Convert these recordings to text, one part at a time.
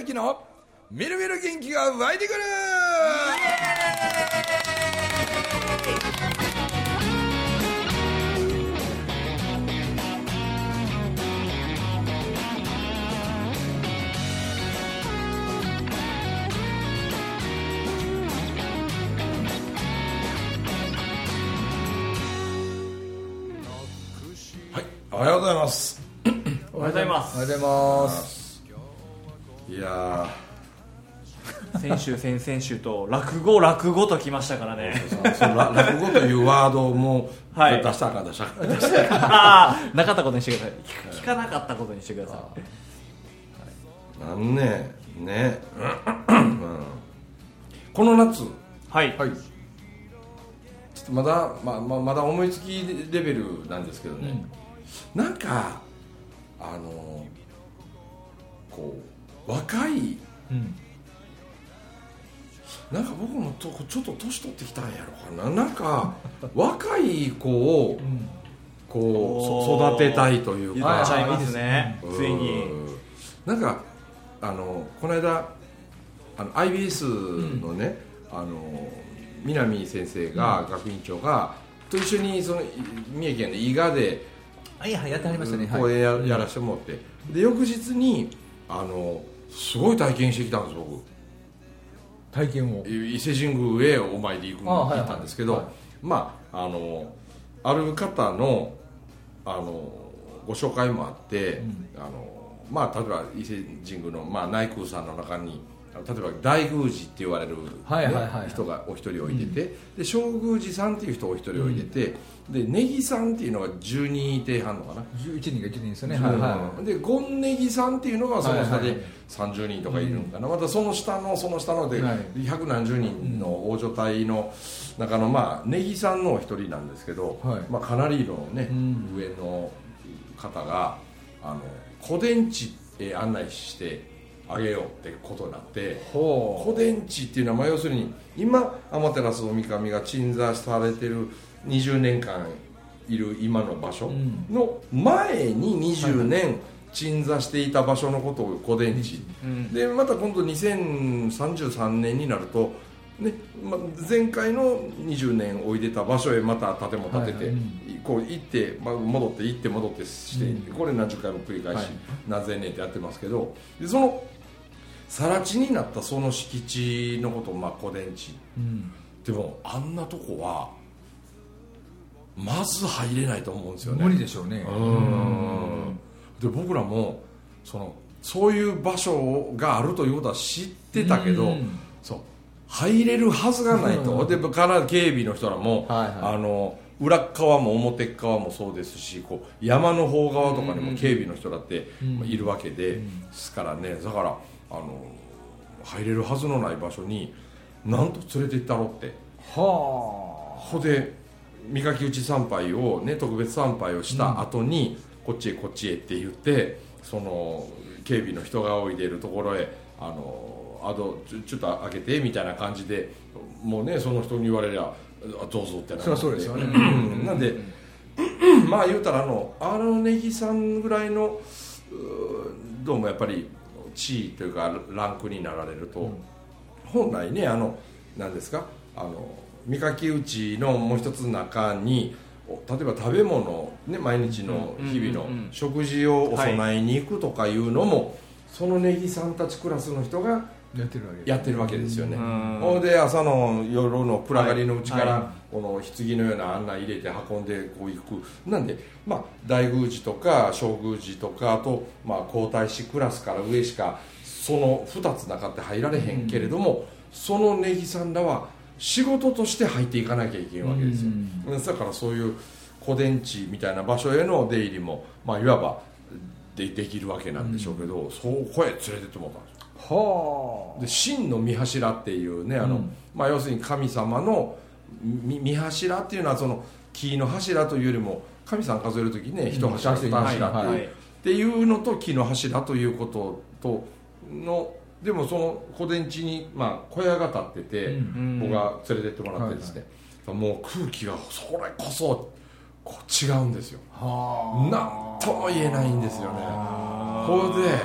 明のみるみる元気が湧いてくる。はい、おはようございます。 おはようございます。 おはようございます。 いや先週先々週と落語ときましたからね。 その落語というワードもはい出したか出したかああ、なかったことにしてください。聞かなかったことにしてください。 なんねね、うんこの夏はい、 はい。 ちょっとまだ思いつきレベルなんですけどね、なんかこう若い、なんか僕もちょっと年取ってきたんやろかな、なんか若い子をこう育てたいという言か、 っちゃいますね。ついに。 なんかこの間IBS のね、南先生が、学院長がと一緒にその三重県の伊賀ではいはい、やってはりましたね。 講演やらせてもらって、で翌日にすごい体験してきたんです僕。 体験を。 伊勢神宮へお参り行ったんですけど、ある方のご紹介もあって、例えば伊勢神宮の、内宮さんの中に例えば大宮司って言われる、人がお一人置いてて、で小宮司さんっていう人をお一人置いてて、でネギさんっていうのが10人いてはんのかな、 11人が1人ですよね。 でゴンネギさんっていうのがその下で30人とかいるのかな、またその下ので百何十人の大所帯の中のネギさんのお一人なんですけど、かなりのね、上の方が古殿地へ案内してあげようってことになって、古殿地っていうのは要するに今天照大神が鎮座されてる20年間いる今の場所の前に20年鎮座していた場所のことを古殿地、でまた今度2033年になると、ね、前回の20年置いてた場所へまた建物建てて、こう行って戻って行って戻ってして、これ何十回も繰り返し、何千年ってやってますけど、でその更地になったその敷地のことを古殿地、でもあんなとこはまず入れないと思うんですよね。 無理でしょうね。 で僕らもそういう場所があるということは知ってたけど、そう入れるはずがないと。でから警備の人らも、裏側も表側もそうですし、こう山の方側とかにも警備の人だっているわけですからね。だから入れるはずのない場所になんと連れて行ったろって。ここで御垣内参拝をね、特別参拝をした後に、こっちへって言って、その警備の人がおいでいるところへちょっと開けてみたいな感じで、もうねその人に言われりゃどうぞってなって、 そうですよね。 なんで言うたらネギさんぐらいのどうもやっぱり地位というかランクになられると、本来ね何ですか御垣内のもう一つの中に例えば食べ物、ね、毎日の日々の食事をお供えに行くとかいうのも、そのネギさんたちクラスの人がやってるわけですよね。ほんで朝の夜の暗がりのうちからこの棺のような案内入れて運んでこう行く。なんで大宮司とか小宮司とか、あと皇太子クラスから上しかその2つなかって入られへんけれども、そのネギさんらは仕事として入っていかなきゃいけないわけですよ。だからそういう古殿地みたいな場所への出入りもいわばできるわけなんでしょうけど、そこへ連れてってもらったんですよ。で真の御柱っていうね、要するに神様の御柱っていうのはその木の柱というよりも、神様数えるときね、一柱二柱っていうのと木の柱ということとの、でもその古殿地に小屋が建ってて、僕が連れてってもらってですね、もう空気がそれこそ違うんですよ。なんとも言えないんですよね。これで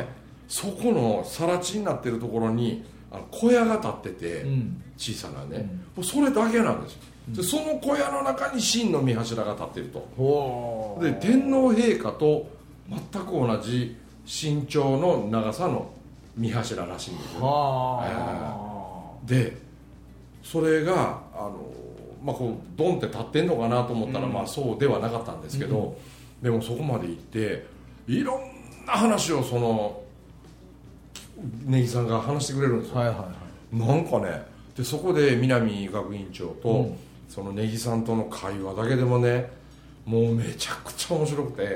そこの更地になってるところに小屋が建ってて、小さなね、もうそれだけなんですよ。でその小屋の中に真の御柱が立ってると。で天皇陛下と全く同じ身長の長さの御柱らしいんですよ、でそれがこうドンって立ってんのかなと思ったら、そうではなかったんですけど、でもそこまで行っていろんな話をその根木さんが話してくれるんですよ、なんかね、でそこで南学院長と、その根木さんとの会話だけでもね、もうめちゃくちゃ面白くて、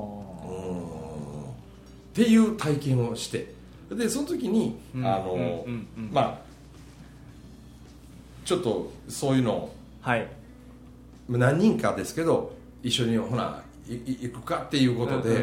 っていう体験をして、でその時にちょっとそういうのを、何人かですけど一緒にほな行くかっていうことで、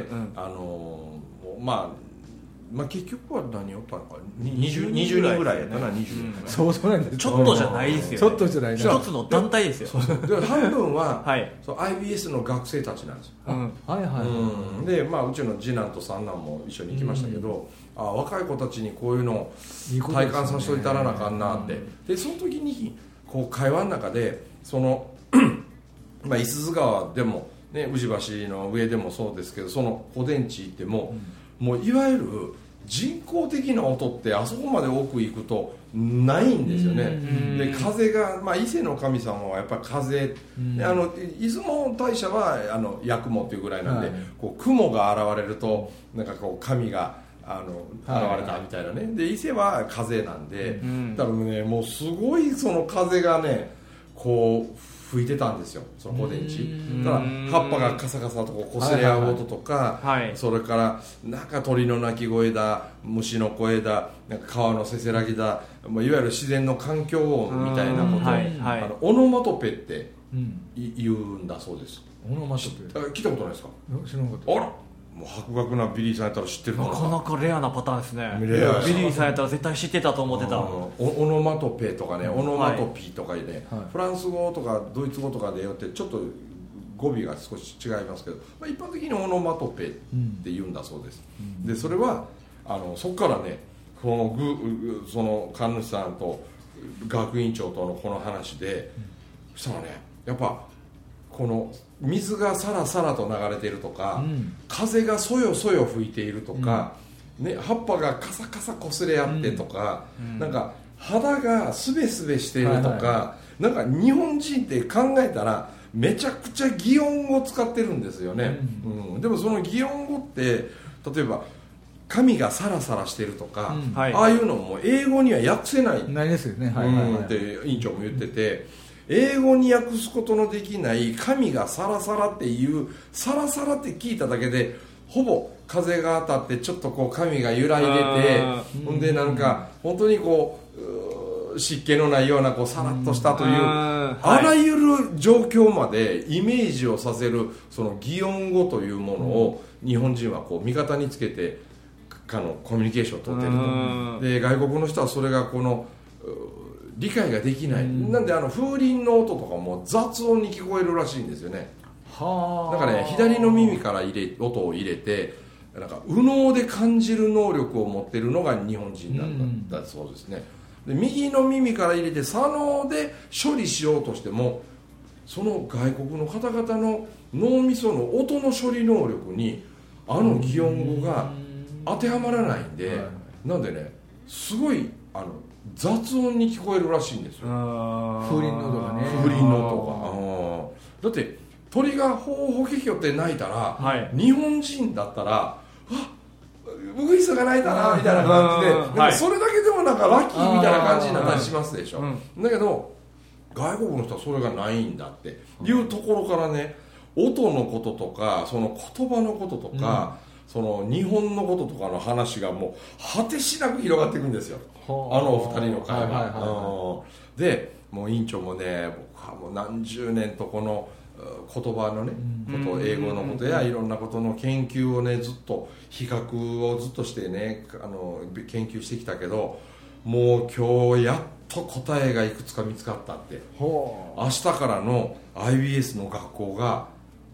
結局は何をったのか20人ぐらいやったな、20人そうなんです。 ちょっとじゃないですよ、 ちょっとじゃないな、 一つの団体ですよ。 で半分は、IBS の学生たちなんですよ、でうちの次男と三男も一緒に行きましたけど、若い子たちにこういうのを体感させといたらなあかんなって、でその時にこう会話の中でその五十鈴川でもね、宇治橋の上でもそうですけど、そのおでん地行っても、もういわゆる人工的な音ってあそこまで奥行くとないんですよね。で風が、伊勢の神様はやっぱり風、出雲大社は八雲っていうぐらいなんで、こう雲が現れるとなんかこう神が現れたみたいなね、で伊勢は風なんで、だからね、もうすごいその風がねこう吹いてたんですよ、そのおでん地だから葉っぱがカサカサと擦れ合う音とか、それからなんか鳥の鳴き声だ、虫の声だ、なんか川のせせらぎだ、いわゆる自然の環境音みたいなことを、オノマトペって言うんだそうです。 オノマトペ聞いたことないですか？ 知らなかった。 あら、もう博学なビリーさんやったら知ってるかな。 なかなかレアなパターンですね。ビリレアーさんやったら絶対知ってたと思ってた。 オノマトペとかね、オノマトピーとかね、フランス語とかドイツ語とかでよってちょっと語尾が少し違いますけど、一般的にオノマトペって言うんだそうです、でそれはそこからね、その神主さんと学院長とのこの話で、そしたらね、やっぱこの水がさらさらと流れているとか、風がそよそよ吹いているとか、葉っぱがカサカサ擦れ合ってとか、なんか肌がスベスベしているとか、なんか日本人って考えたらめちゃくちゃ擬音語を使ってるんですよね、でもその擬音語って例えば髪がサラサラしてるとか、ああいうのも英語には訳せないないですよね、 って委員長も言ってて、英語に訳すことのできない髪がサラサラっていうサラサラって聞いただけでほぼ風が当たってちょっとこう髪が揺らいでて、ほんでなんか本当にこう湿気のないようなこうサラッとしたという、あらゆる状況までイメージをさせるその擬音語というものを日本人はこう味方につけてコミュニケーションを取っていると。で外国の人はそれがこの理解ができない、なんで風鈴の音とかも雑音に聞こえるらしいんですよね。だからね、左の耳から音を入れてなんか右脳で感じる能力を持っているのが日本人なんだそうですね。で右の耳から入れて左脳で処理しようとしても、その外国の方々の脳みその音の処理能力に擬音語が当てはまらないんで、なんでね、すごい雑音に聞こえるらしいんですよ、 風鈴の音がね。 風鈴の音が。だって鳥がホーホケキョって鳴いたら、日本人だったらウグイスが鳴いたなみたいな感じで、でもそれだけでもなんかラッキーみたいな感じになったりしますでしょ、だけど外国の人はそれがないんだっていうところからね、音のこととかその言葉のこととか、その日本のこととかの話がもう果てしなく広がっていくんですよ、お二人の会話で。もう委員長もね、僕はもう何十年とこの言葉のねこと、英語のことやいろんなことの研究をね、ずっと比較をずっとしてね研究してきたけど、もう今日やっと答えがいくつか見つかったって。明日からの IBS の学校が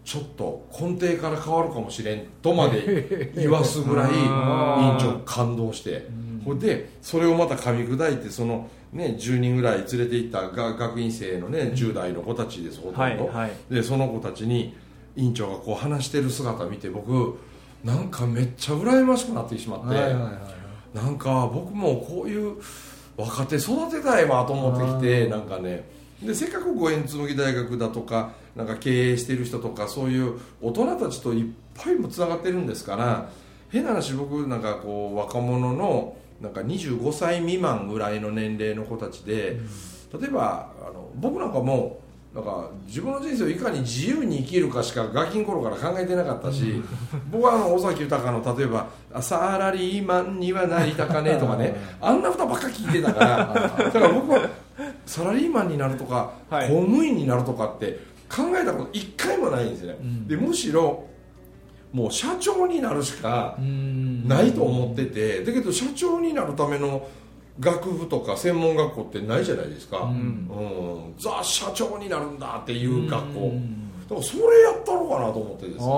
ちょっと根底から変わるかもしれんとまで言わすぐらい委員長感動してほんでそれをまた噛み砕いてその、ね、10人ぐらい連れて行った学院生の、ね、10代の子たちですほとんど、 はいはい、 でその子たちに委員長がこう話してる姿を見て僕なんかめっちゃ羨ましくなってしまって、なんか僕もこういう若手育てたいわと思ってきてなんかねでせっかく五円紬大学だとかなんか経営してる人とかそういう大人たちといっぱいもつながってるんですから、変な話僕なんかこう若者のなんか25歳未満ぐらいの年齢の子たちで、例えば僕なんかもなんか自分の人生をいかに自由に生きるかしかガキの頃から考えてなかったし、僕は尾崎豊の例えばサラリーマンにはなりたかねとかねあんな歌ばっか聞いてたからだから僕はサラリーマンになるとか、はい、公務員になるとかって考えたこと一回もないんですね、でむしろもう社長になるしかないと思ってて、だけど社長になるための学部とか専門学校ってないじゃないですか、ザ社長になるんだっていう学校、だからそれやったのかなと思ってですね、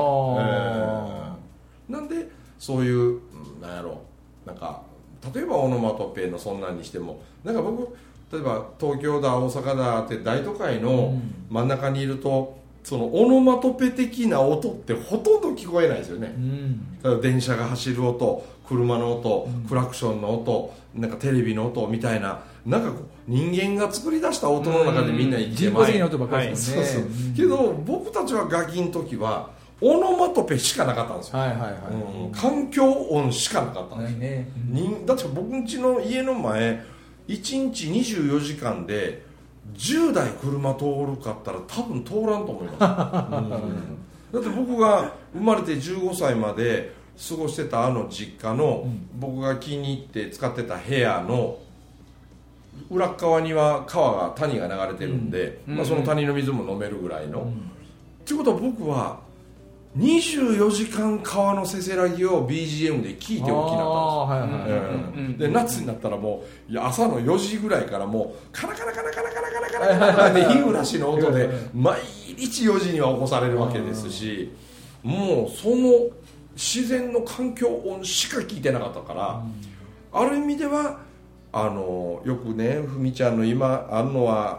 なんでそういうなんやろなんか例えばオノマトペのそんなんにしてもなんか僕例えば東京だ大阪だって大都会の真ん中にいるとそのオノマトペ的な音ってほとんど聞こえないですよね、例えば電車が走る音車の音クラクションの音なんかテレビの音みたいななんかこう人間が作り出した音の中でみんな生きてます、 人工的な音ばっかりですもんね、 そうけど僕たちはガキの時はオノマトペしかなかったんですよ、環境音しかなかったんですよ、ね、だって僕ん家の家の前1日24時間で10台車通るかったら多分通らんと思います、だって僕が生まれて15歳まで過ごしてた実家の、僕が気に入って使ってた部屋の裏側には谷が流れてるんで、その谷の水も飲めるぐらいの、っていうことは僕は24時間川のせせらぎを BGM で聴いて起きなかったんです、で夏になったらもう朝の4時ぐらいからもうカラカラカラカラカラカラカラカラで日暮らしの音で毎日4時には起こされるわけですし、もうその自然の環境音しか聞いてなかったから、ある意味ではよくねふみちゃんの今あるのは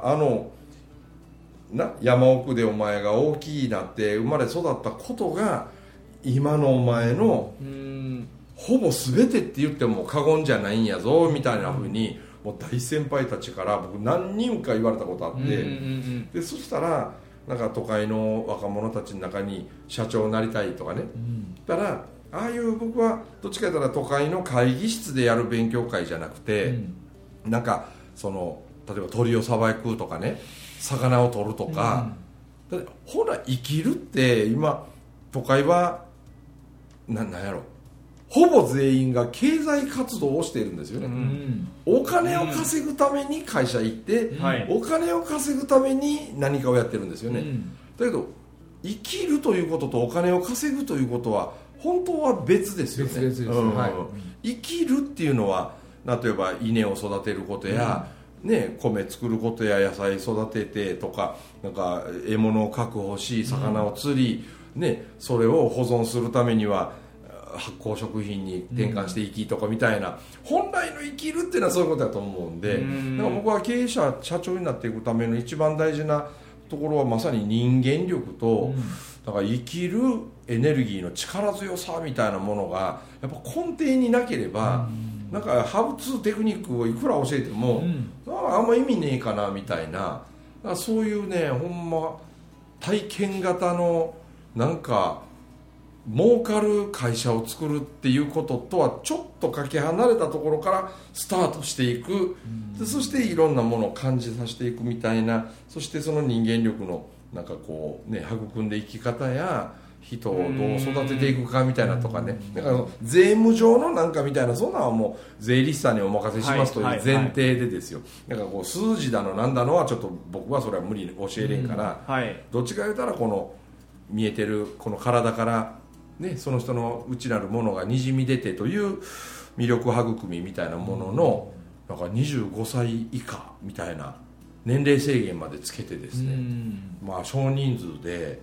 山奥でお前が大きいなって生まれ育ったことが今のお前のほぼ全てって言っても過言じゃないんやぞみたいな風にもう大先輩たちから僕何人か言われたことあって、でそしたらなんか都会の若者たちの中に社長になりたいとかね、だからああいう僕はどっちかというと都会の会議室でやる勉強会じゃなくて、なんかその例えば鳥をさばくとかね魚を取るとか、だってほら生きるって今都会はなんやろほぼ全員が経済活動をしているんですよね、お金を稼ぐために会社行って、お金を稼ぐために何かをやってるんですよね、だけど生きるということとお金を稼ぐということは本当は別ですよね。 別です、 生きるっていうのは例えば稲を育てることや、米作ることや野菜育ててとかなんか獲物を確保し魚を釣り、それを保存するためには発酵食品に転換して生きとかみたいな、本来の生きるっていうのはそういうことだと思うんで、だから僕は経営者社長になっていくための一番大事なところはまさに人間力と、だから生きるエネルギーの力強さみたいなものがやっぱ根底になければ、なんかハウツーテクニックをいくら教えても、あんま意味ねえかなみたいな、だからそういうねほんま体験型のなんか儲かる会社を作るっていうこととはちょっとかけ離れたところからスタートしていく、でそしていろんなものを感じさせていくみたいな、そしてその人間力のなんかこう育んで生き方や人をどう育てていくかみたいなとかね、だから税務上のなんかみたいなそんなのはもう税理士さんにお任せしますという前提でですよ、だからこう数字だのなんだのはちょっと僕はそれは無理教えれんから、どっちか言うたらこの見えてるこの体からその人の内なるものがにじみ出てという魅力育みみたいなもののなんか25歳以下みたいな年齢制限までつけてですね、まあ少人数で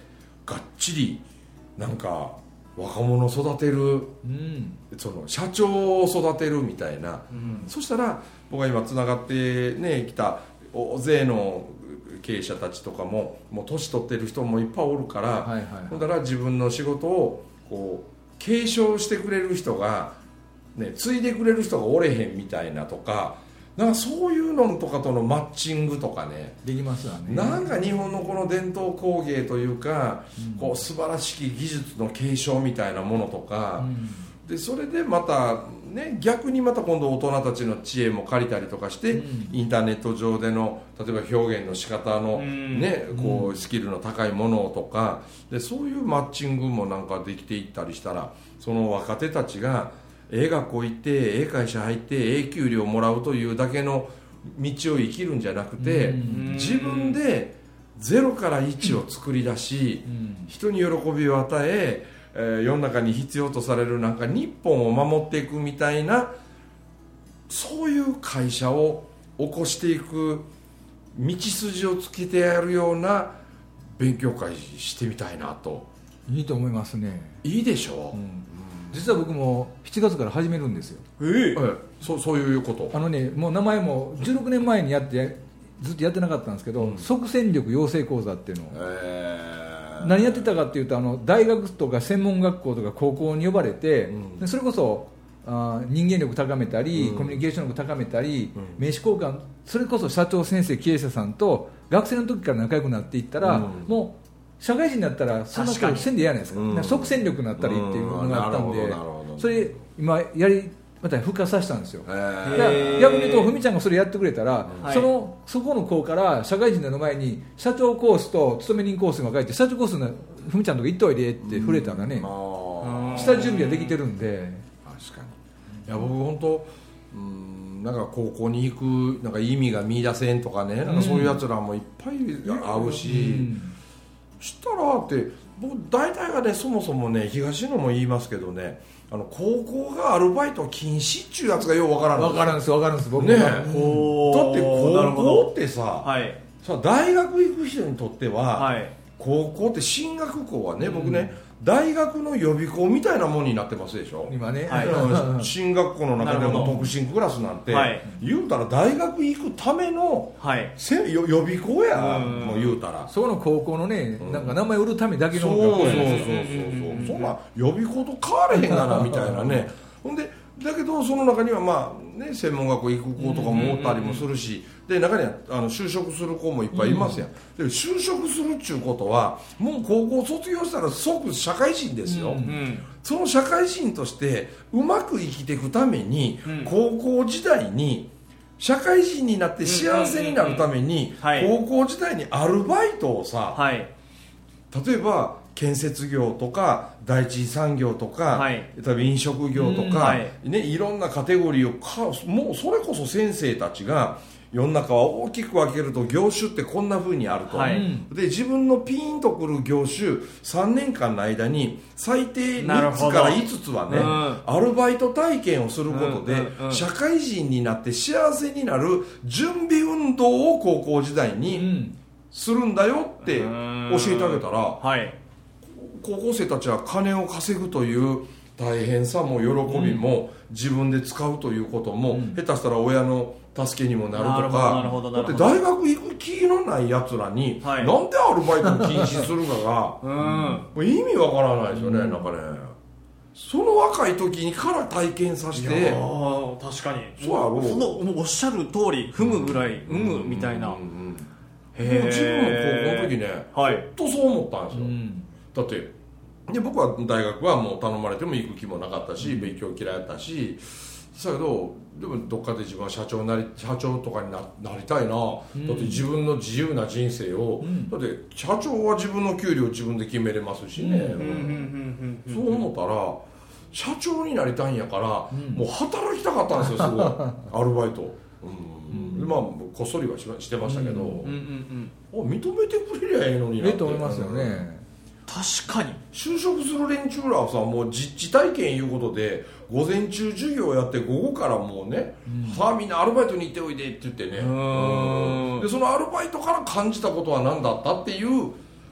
がっちりなんか若者を育てる、その社長を育てるみたいな、そしたら僕が今つながってねきた大勢の経営者たちとかもう年取ってる人もいっぱいおるから、だから自分の仕事をこう継承してくれる人が、ね、継いでくれる人がおれへんみたいなとか、なんかそういうのとかとのマッチングとかねできますわね。 なんか日本のこの伝統工芸というか、こう素晴らしき技術の継承みたいなものとか、でそれでまた、ね、逆にまた今度大人たちの知恵も借りたりとかして、インターネット上での例えば表現の仕方の、ねこうスキルの高いものとかで、そういうマッチングもなんかできていったりしたら、その若手たちが学校行って会社入って給料もらうというだけの道を生きるんじゃなくて、自分で0から1を作り出し、人に喜びを与え、世の中に必要とされるなんか日本を守っていくみたいな、そういう会社を起こしていく道筋をつけてやるような勉強会してみたいなと。 いいと思いますね。 いいでしょ、 実は僕も7月から始めるんですよ。 そういうこと。 もう名前も16年前にずっとやってなかったんですけど、即戦力養成講座っていうのを、何やってたかっていうと、大学とか専門学校とか高校に呼ばれて、それこそ人間力高めたり、コミュニケーション力高めたり、名刺交換、それこそ社長先生経営者さんと学生の時から仲良くなっていったら、もう社会人になったらそんなことせんでいいじゃないですか。即戦力になったりっていうのがあったんで、それ今また復活させたんですよ。だから逆に言うとふみちゃんがそれやってくれたら、そこの子から社会人になる前に社長コースと勤め人コースが書いて、社長コースのふみちゃんとか行っといでって触れたらね、下準備はできてるんで。 確かに。いや僕本当なんか高校に行くなんか意味が見出せんとかね、なんかそういうやつらもいっぱい会うし、したらって僕大体がね、そもそもね東野も言いますけどね、高校がアルバイト禁止っちゅうやつがようわからん分かるんです僕ね。だって高校ってさ、大学行く人にとっては、高校って進学校はね、僕ね大学の予備校みたいなもんになってますでしょ今ね。進学校の中でも特進クラスなんて、言うたら大学行くための予備校や、もう言うたらそこの高校のね、なんか名前売るためだけの学校やね。そんな予備校と変われへんがなみたいなね。ほんでだけどその中にはまあね、専門学校行く子とかもおったりもするし、で中には就職する子もいっぱいいますやん。で就職するっちゅうことはもう高校卒業したら即社会人ですよ。その社会人としてうまく生きていくために、高校時代に社会人になって幸せになるために、高校時代にアルバイトをさ、例えば建設業とか第一次産業とか、例えば飲食業とか、いろんなカテゴリーをもうそれこそ先生たちが世の中は大きく分けると業種ってこんな風にあると、で自分のピーンとくる業種3年間の間に最低3つから5つはね、アルバイト体験をすることで、社会人になって幸せになる準備運動を高校時代にするんだよって教えてあげたら、高校生たちは金を稼ぐという大変さも喜びも自分で使うということも、下手したら親の助けにもなるとか。だって大学行く気のないやつらに、なんでアルバイトを禁止するかが、意味わからないですよね。なんかね、その若い時にから体験させて。 確かにそうやろ。そのおっしゃる通り、踏むぐらいみたいな。 自分も高校の時ね、ほんとそう思ったんですよ。だってで僕は大学はもう頼まれても行く気もなかったし、勉強嫌いだったし、だけどでもどっかで自分は社長とかに なりたいな、だって自分の自由な人生を、だって社長は自分の給料自分で決めれますしね、そう思ったら社長になりたいんやから、もう働きたかったんですよ、すごいアルバイト。まあこっそりはしてましたけど、認めてくれりゃいいのになって。 いいと思いますよね。 確かに就職する連中らはさ、もう実地体験いうことで午前中授業やって午後からもうね、さあみんなアルバイトに行っておいでって言ってね、でそのアルバイトから感じたことは何だったっていう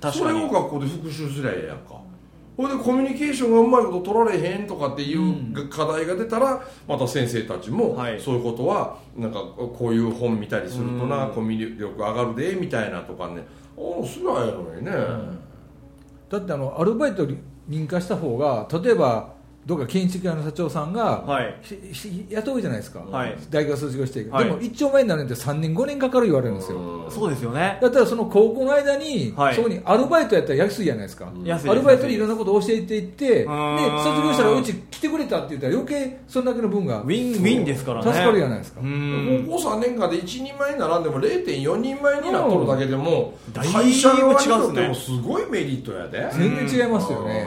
それを学校で復習すりゃええやんか。これでコミュニケーションがうまいこと取られへんとかっていう課題が出たら、また先生たちもそういうことはなんかこういう本見たりするとな、コミュ力上がるでみたいなとかね、すりゃええのにね、 だってアルバイトに認可した方が、例えばどっか建築屋の社長さんが、雇うじゃないですか、大学卒業して、でも一丁前になるんで3年5年かかる言われるんですよ。 そうですよね。 だったらその高校の間に、そこにアルバイトやったら安いじゃないですか、アルバイトにいろんなことを教えていって、で卒業したらうち来てくれたって言ったら余計そんだけの分がウィンウィンですからね、 助かるじゃないですか。 高校3年間で1人前に並んでも 0.4 人前になっとるだけでも、会社側にとってもすごいメリットやで。 全然違いますよね。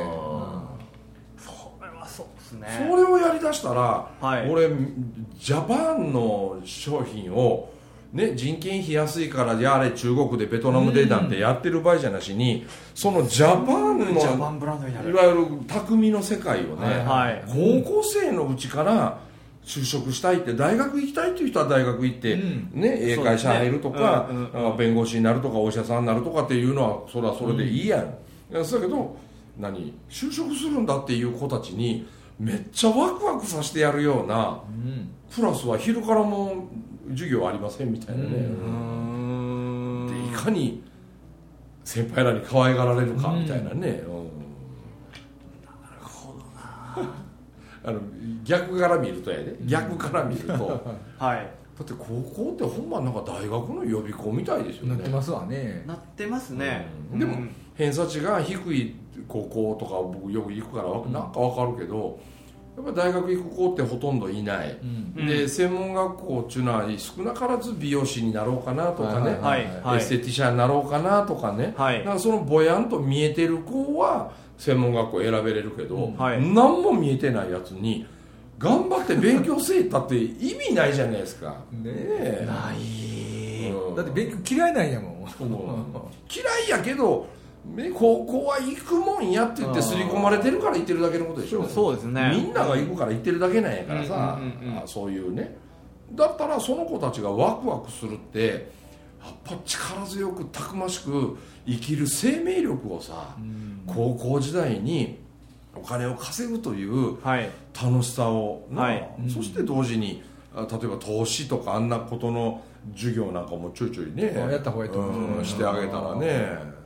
それをやりだしたら、俺ジャパンの商品を、ね、人件費安いからじゃあれ中国でベトナムでなんてやってる場合じゃなしに、そのジャパンのいわゆる匠の世界をね、高校生のうちから就職したいって、大学行きたいっていう人は大学行って、英会社入るとか、弁護士になるとかお医者さんになるとかっていうのはそれはそれでいいやん。そうだけど就職するんだっていう子たちにめっちゃワクワクさせてやるような、プラスは昼からも授業ありませんみたいなね、でいかに先輩らに可愛がられるかみたいなね、なるほどな。逆から見るとやで、逆から見るとだって高校ってほんまなんか大学の予備校みたいですよね。 なってますわね。 なってますね。 でも偏差値が低い高校とか僕よく行くからなんか分かるけど、やっぱり大学行く子ってほとんどいない、で専門学校っていうのは少なからず美容師になろうかなとかね、エステティシャンになろうかなとかね、なんかそのぼやんと見えてる子は専門学校選べれるけど、何も見えてないやつに頑張って勉強せえたって意味ないじゃないですか。 ない、 うん、 だって勉強嫌いなんやもん。 嫌いやけど高校は行くもんやって言って刷り込まれてるから行ってるだけのことでしょ。 そうですね。 みんなが行くから行ってるだけなんやからさ、そういうね。だったらその子たちがワクワクするってやっぱ力強くたくましく生きる生命力をさ、高校時代にお金を稼ぐという楽しさを、そして同時に例えば投資とかあんなことの授業なんかもちょいちょいねやった方がいいと思う、 してあげたらね。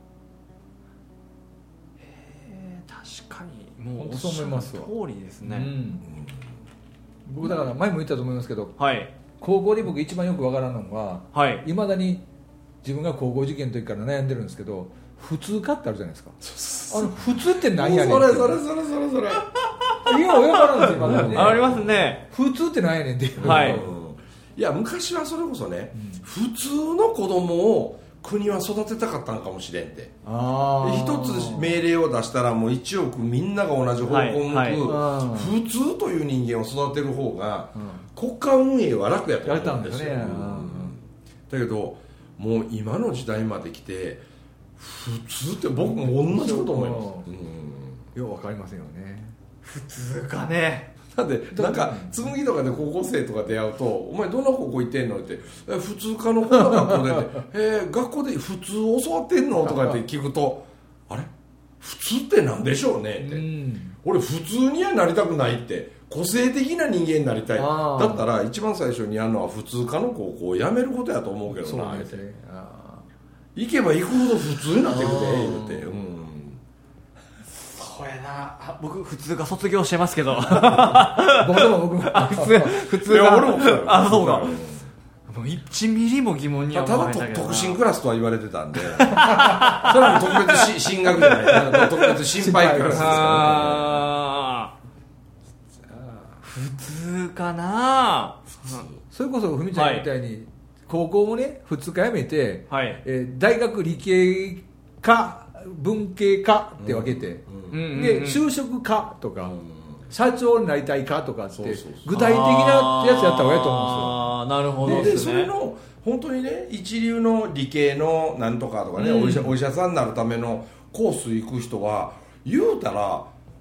確かにもうそう思いますわ。 通りですね、 僕だから前も言ったと思いますけど、高校で僕一番よくわからんのが、いまだに自分が高校受験の時から悩んでるんですけど、普通科ってあるじゃないですか。普通って何やねんって。それいや分からんですよ、まだね。 ありますね。 普通って何やねんっていう。 いや昔はそれこそね、普通の子供を国は育てたかったのかもしれんって。一つ命令を出したらもう1億みんなが同じ方向を向く、普通という人間を育てる方が国家運営は楽やと思うんですよ。だけどもう今の時代まで来て普通って僕も同じこと思います。 よく分かりませんよね。 普通かね。 なんでなんか紬とかで高校生とか出会うと「お前どんな高校行ってんの?」って「普通科のこんな学校で」学校で普通を教わってんの?」とかって聞くと「あれ普通ってなんでしょうね」って「俺普通にはなりたくない」って「個性的な人間になりたい」だったら一番最初にやるのは普通科の高校を辞めることやと思うけどな。行けば行くほど普通になってくで言うて。 そうやな。僕普通が卒業してますけど。 僕も普通が。 俺もそうか。もう1ミリも疑問には思わないんだけど。 ただ特進クラスとは言われてたんで。それは特別進学じゃない。特別心配クラスですから。 普通かな。 それこそふみちゃんみたいに高校もね普通科やめて、大学理系科文系科って分けて、で就職科とか、社長になりたいかとかって具体的なやつやった方がいいと思うんですよ。 なるほどですね。 でそれの本当にね一流の理系のなんとかとかね、お医者さんになるためのコース行く人は言うたら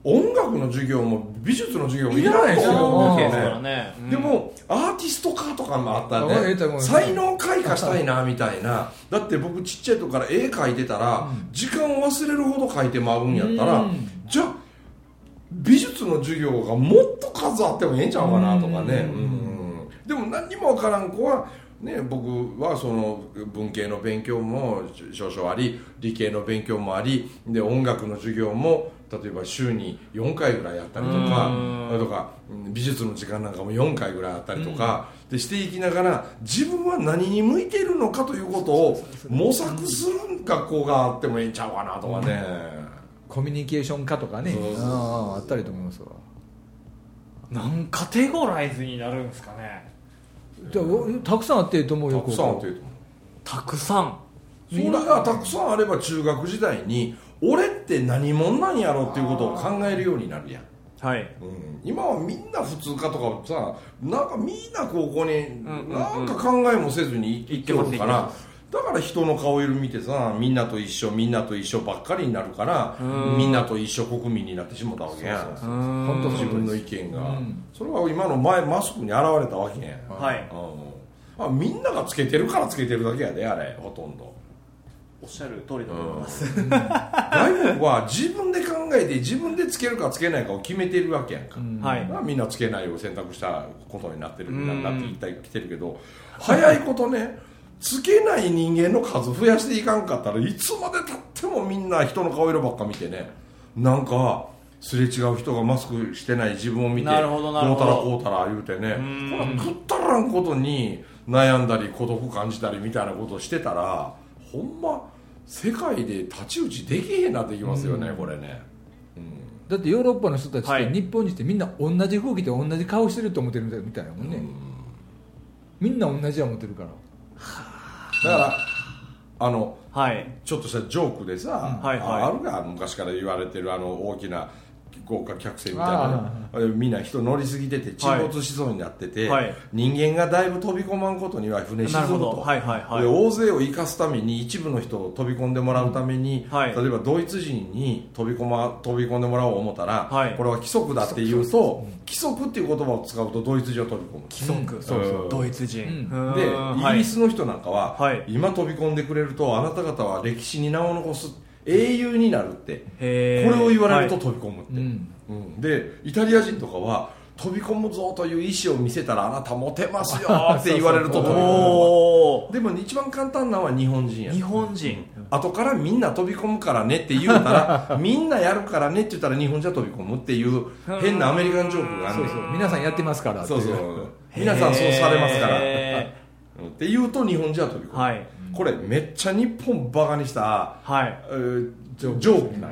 音楽の授業も美術の授業もいらないですよ音楽ねですからね、 でもアーティスト科とかもあったんあええでと思います才能開花したいなみたいなだって僕ちっちゃい時から絵描いてたら、時間を忘れるほど描いてまうんやったら、じゃあ美術の授業がもっと数あってもええんちゃうかなとかね、でも何にもわからん子はね、僕はその文系の勉強も少々あり理系の勉強もありで音楽の授業も例えば週に4回ぐらいやったりとか美術の時間なんかも4回ぐらいあったりとかでしていきながら自分は何に向いているのかということを模索する学校があってもいいんちゃうかなとかね、 コミュニケーション科とかねあったりと思いますわ。 何カテゴライズになるんですかね。 たくさんあっていいと思うよ。 たくさんあっていいと思う。 たくさんそれがたくさんあれば中学時代に俺って何者なんやろっていうことを考えるようになるやん。 はい、 今はみんな普通科とかさなんかみんな高校になんか考えもせずに行っておるからだから人の顔色見てさみんなと一緒みんなと一緒ばっかりになるからみんなと一緒国民になってしまったわけやん。本当自分の意見がそれは今のマスクに現れたわけやん。はい、みんながつけてるからつけてるだけやであれほとんど。 おっしゃる通りだと思います、 外国は自分で考えて自分でつけるかつけないかを決めてるわけやんか、みんなつけないを選択したことになってるなって言ってきてるけど早いことねつけない人間の数増やしていかんかったらいつまでたってもみんな人の顔色ばっか見てねなんかすれ違う人がマスクしてない自分を見てこうたらこうたら言うてねこれ食ったらんことに悩んだり孤独感じたりみたいなことをしてたらほんま世界で太刀打ちできへんなってきますよね、これね、 だってヨーロッパの人たちって日本人ってみんな同じ服着て同じ顔してると思ってるみたいなもんね、みんな同じや思ってるからだからちょっとしたジョークでさ、あるが昔から言われてる大きな豪華客船みたいなみんな人乗りすぎてて沈没しそうになってて、人間がだいぶ飛び込まんことには船沈むと、で大勢を生かすために一部の人を飛び込んでもらうために、例えばドイツ人に飛び込んでもらおう思ったら、これは規則だって言うと規則っていう言葉を使うとドイツ人を飛び込む規則、そうドイツ人、 でイギリスの人なんかは、今飛び込んでくれるとあなた方は歴史に名を残す英雄になるってこれを言われると飛び込むって、でイタリア人とかは飛び込むぞという意思を見せたらあなたモテますよって言われると飛び込むでも一番簡単なのは日本人や日本人後からみんな飛び込むからねって言うたらみんなやるからねって言ったら日本じゃ飛び込むっていう変なアメリカンジョークがあるんで皆さんやってますからって皆さんそうされますからって言うと日本じゃ飛び込む、これめっちゃ日本バカにした、ジョークなんよ。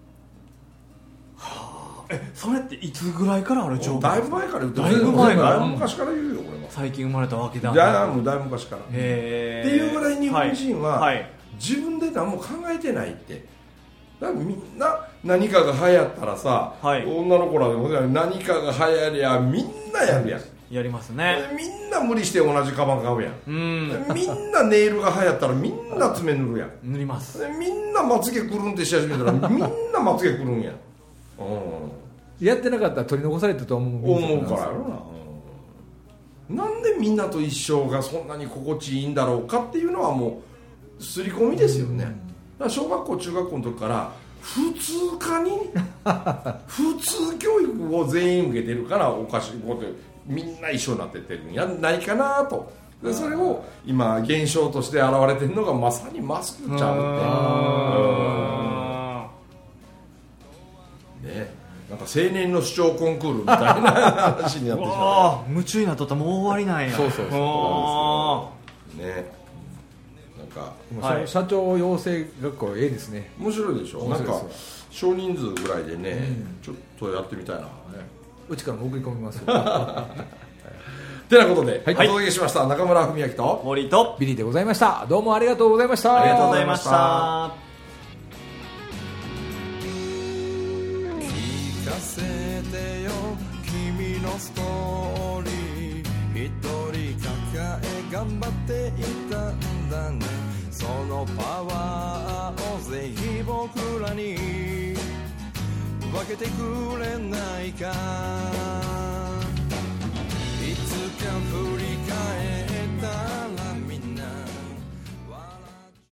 それっていつぐらいからあるジョーク？ だいぶ前から言ってだいぶ前から、 昔から言うよこれは。 最近生まれたわけだ。 もうだいぶ昔から。っていうぐらい日本人は、自分で何も考えてないって。だからみんな何かが流行ったらさ、女の子らでも何かが流行りゃみんなやるやん。 やりますね。 みんな無理して同じカバン買うやん。みんなネイルが流行ったらみんな爪塗るやん。 塗ります。 みんなまつげくるんってし始めたらみんなまつげくるんやん。 やってなかったら取り残されてたと思うからやろな。なんでみんなと一緒がそんなに心地いいんだろうかっていうのはもう刷り込みですよね。だから小学校中学校の時から普通科に普通教育を全員受けてるからおかしいことみんな一緒になってってるんやないかなと。でそれを今現象として現れてるのがまさにマスクちゃうってね。なんか青年の主張コンクールみたいな話になってしまう。 夢中になっとったらもう終わりなんや。 そうね。なんか社長養成学校ええですね。 面白いでしょ。なんか少人数ぐらいでね、ちょっとやってみたいな。 うちからも送り込みますよ。 てなことで、お届けしました中村文明と森とビリーでございました。どうもありがとうございました。 ありがとうございました。 聞かせてよ君のストーリー、一人抱え頑張っていたんだね。そのパワーをぜひ僕らに分けてくれないか